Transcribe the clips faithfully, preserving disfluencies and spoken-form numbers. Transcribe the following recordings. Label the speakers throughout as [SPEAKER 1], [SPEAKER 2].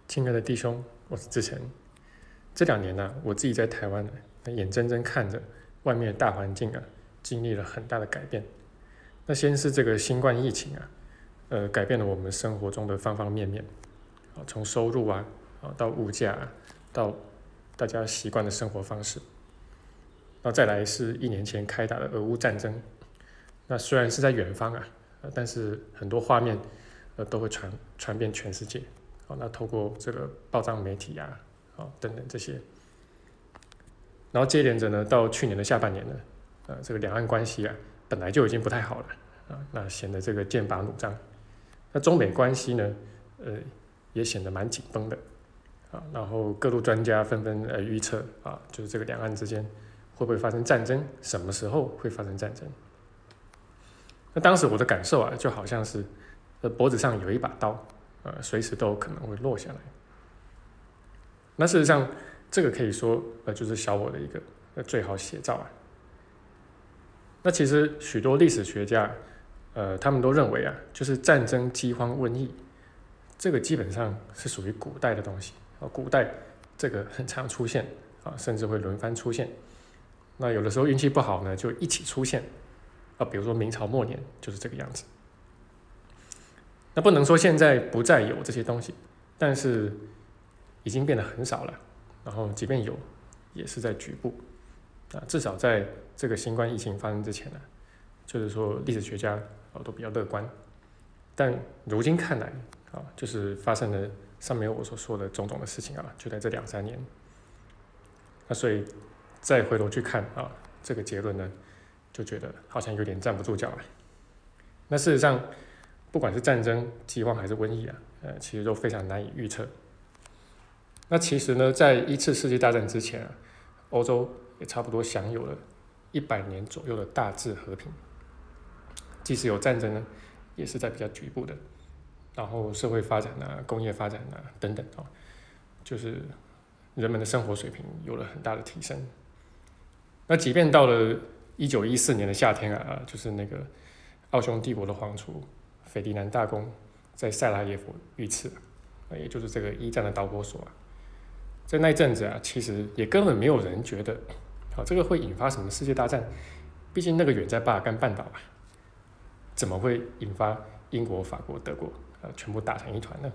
[SPEAKER 1] 亲爱的弟兄，我是志成。这两年呢、啊，我自己在台湾呢，眼睁睁看着外面的大环境啊，经历了很大的改变。那先是这个新冠疫情啊，呃，改变了我们生活中的方方面面，啊，从收入啊，啊到物价啊，到大家习惯的生活方式。然后再来是一年前开打的俄乌战争，那虽然是在远方啊，呃、但是很多画面呃都会传传遍全世界。哦，那透过这个报章媒体啊，哦等等这些，然后接连着呢，到去年的下半年呢，呃，这个两岸关系啊，本来就已经不太好了啊，那显得这个剑拔弩张。那中美关系呢，呃，也显得蛮紧绷的啊。然后各路专家纷纷呃预测啊，就是这个两岸之间会不会发生战争，什么时候会发生战争？那当时我的感受啊，就好像是呃脖子上有一把刀。呃，随时都有可能会落下来。那事实上，这个可以说，呃，就是小我的一个呃最好写照啊。那其实许多历史学家，呃，他们都认为啊，就是战争、饥荒、瘟疫，这个基本上是属于古代的东西啊。古代这个很常出现啊，甚至会轮番出现。那有的时候运气不好呢，就一起出现啊。比如说明朝末年就是这个样子。那不能说现在不再有这些东西，但是已经变得很少了。然后即便有，也是在局部啊。至少在这个新冠疫情发生之前呢、啊，就是说历史学家啊都比较乐观。但如今看来啊，就是发生了上面我所说的种种的事情啊，就在这两三年。那所以再回头去看啊，这个结论呢，就觉得好像有点站不住脚了。那事实上，不管是战争、饥荒还是瘟疫啊，呃，其实都非常难以预测。那其实呢，在一次世界大战之前啊，欧洲也差不多享有了一百年左右的大致和平。即使有战争呢，也是在比较局部的。然后社会发展啊、工业发展啊等等啊，就是人们的生活水平有了很大的提升。那即便到了一九一四年的夏天啊，就是那个奥匈帝国的皇储斐迪南大公在塞拉耶夫遇刺，也就是这个一战的导火索啊。在那一阵子啊，其实也根本没有人觉得，好、哦，这个会引发什么世界大战？毕竟那个远在巴尔干半岛啊，怎么会引发英国、法国、德国啊全部打成一团呢？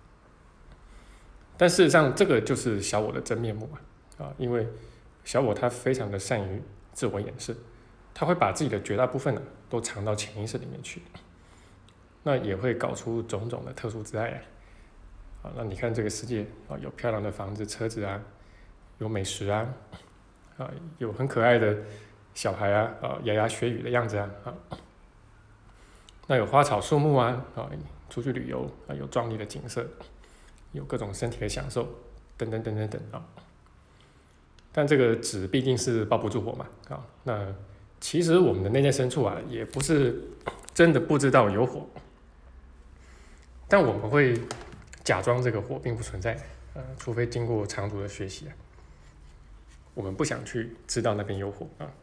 [SPEAKER 1] 但事实上，这个就是小我的真面目啊！啊，因为小我他非常的善于自我掩饰，他会把自己的绝大部分呢都藏到潜意识里面去。那也会搞出种种的特殊之爱啊！那你看这个世界啊，有漂亮的房子、车子啊，有美食啊，啊，有很可爱的小孩啊，啊，牙牙学语的样子啊，啊，那有花草树木啊，啊，出去旅游啊，有壮丽的景色，有各种身体的享受，等等等等等啊。但这个纸毕竟是包不住火嘛，啊，那其实我们的内在深处啊，也不是真的不知道有火。但我们会假装这个火并不存在，呃，除非经过长途的学习啊，我们不想去知道那边有火啊。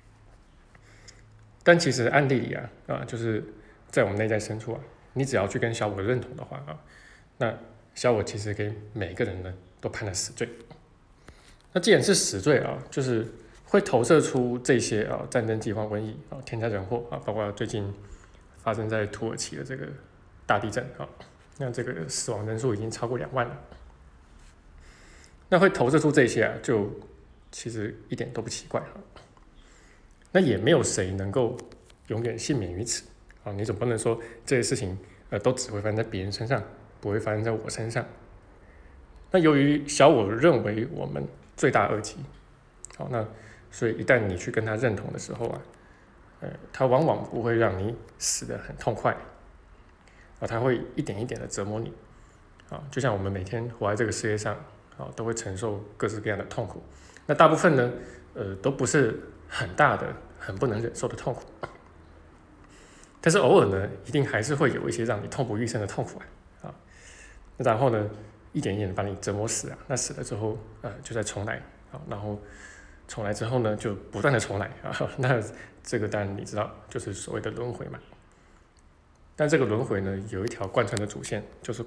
[SPEAKER 1] 但其实暗地里啊，啊，就是在我们内在深处啊，你只要去跟小我认同的话啊，那小我其实给每个人呢都判了死罪。那既然是死罪啊，就是会投射出这些啊战争、饥荒、瘟疫啊、天灾人祸啊，包括最近发生在土耳其的这个大地震啊，那这个死亡人数已经超过两万了。那会投射出这些啊，就其实一点都不奇怪啊。那也没有谁能够永远幸免于此啊！你总不能说这些事情呃都只会发生在别人身上，不会发生在我身上。那由于小我认为我们罪大恶极，好，那所以一旦你去跟他认同的时候啊，呃，他往往不会让你死得很痛快。啊，他会一点一点的折磨你，啊，就像我们每天活在这个世界上，啊，都会承受各式各样的痛苦。那大部分呢，呃，都不是很大的、很不能忍受的痛苦，但是偶尔呢，一定还是会有一些让你痛不欲生的痛苦啊，那然后呢，一点一点的把你折磨死啊，那死了之后，呃，就再重来，啊，然后重来之后呢，就不断的重来啊，那这个当然你知道，就是所谓的轮回嘛。但这个轮回呢，有一条贯穿的主线，就是苦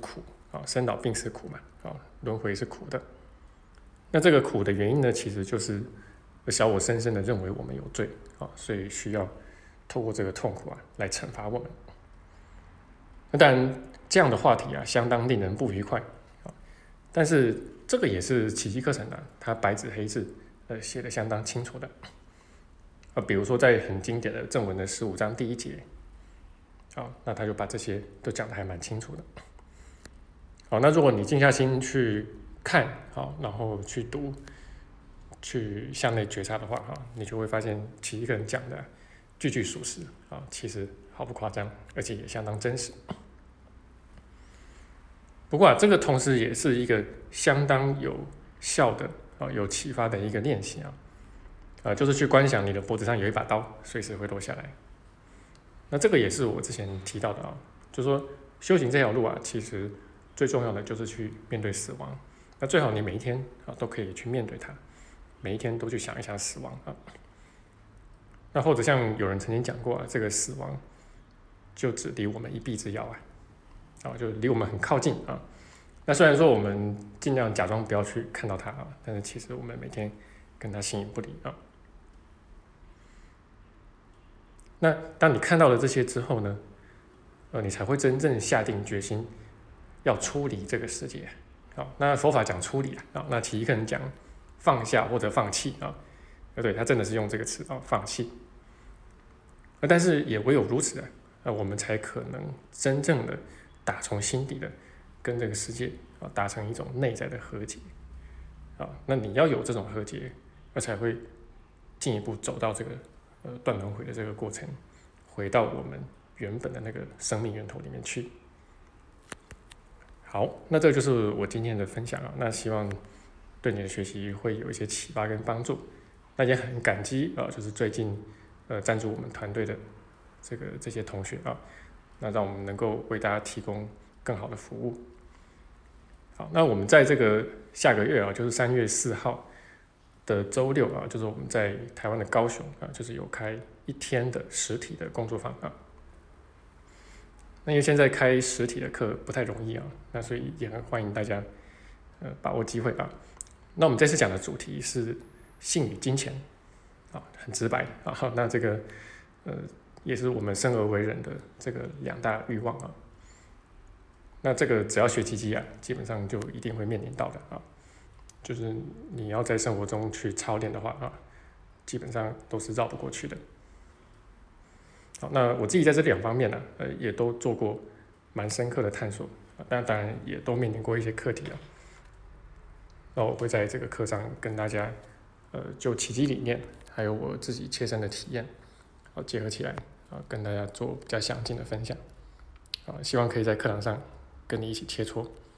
[SPEAKER 1] 啊，生老病死苦嘛，啊，轮回是苦的。那这个苦的原因呢，其实就是小我深深的认为我们有罪啊，所以需要透过这个痛苦啊来惩罚我们。那当然，这样的话题啊，相当令人不愉快啊。但是这个也是奇迹课程啊，它白纸黑字呃写的相当清楚的啊。比如说在很经典的正文的十五章第一节，啊，那他就把这些都讲得还蛮清楚的。好，那如果你静下心去看，好，然后去读，去向内觉察的话，哈，你就会发现奇迹课程讲的句句属实啊，其实毫不夸张，而且也相当真实。不过啊，这个同时也是一个相当有效的啊，有启发的一个练习啊，呃，就是去观想你的脖子上有一把刀，随时会落下来。那这个也是我之前提到的啊，就是说修行这条路啊，其实最重要的就是去面对死亡。那最好你每一天啊都可以去面对它，每一天都去想一想死亡啊。那或者像有人曾经讲过啊，这个死亡就只离我们一臂之遥啊，啊，就离我们很靠近啊。那虽然说我们尽量假装不要去看到它啊，但是其实我们每天跟它形影不离啊。那当你看到了这些之后呢，呃，你才会真正下定决心要出离这个世界。好，那佛法讲出离啊，那奇迹课程讲放下或者放弃啊，对，他真的是用这个词啊，放弃。但是也唯有如此啊，我们才可能真正的打从心底的跟这个世界啊达成一种内在的和解啊。那你要有这种和解，那才会进一步走到这个呃断轮回的这个过程，回到我们原本的那个生命源头里面去。好，那这就是我今天的分享啊。那希望对你的学习会有一些启发跟帮助。那也很感激啊，就是最近呃赞助我们团队的这个这些同学啊，那让我们能够为大家提供更好的服务。好，那我们在这个下个月啊，就是三月四号的周六啊，就是我们在台湾的高雄啊，就是有开一天的实体的工作坊啊。那因为现在开实体的课不太容易啊，那所以也很欢迎大家呃把握机会啊。那我们这次讲的主题是性与金钱啊，很直白啊。那这个呃也是我们生而为人的这个两大欲望啊。那这个只要学奇迹啊，基本上就一定会面临到的啊。就是你要在生活中去操练的话啊，基本上都是绕不过去的。好，那我自己在这两方面呢、啊，呃，也都做过蛮深刻的探索，但当然也都面临过一些课题啊。那我会在这个课上跟大家，呃，就奇迹理念，还有我自己切身的体验，好结合起来啊，跟大家做比较详尽的分享，啊，希望可以在课堂上跟你一起切磋。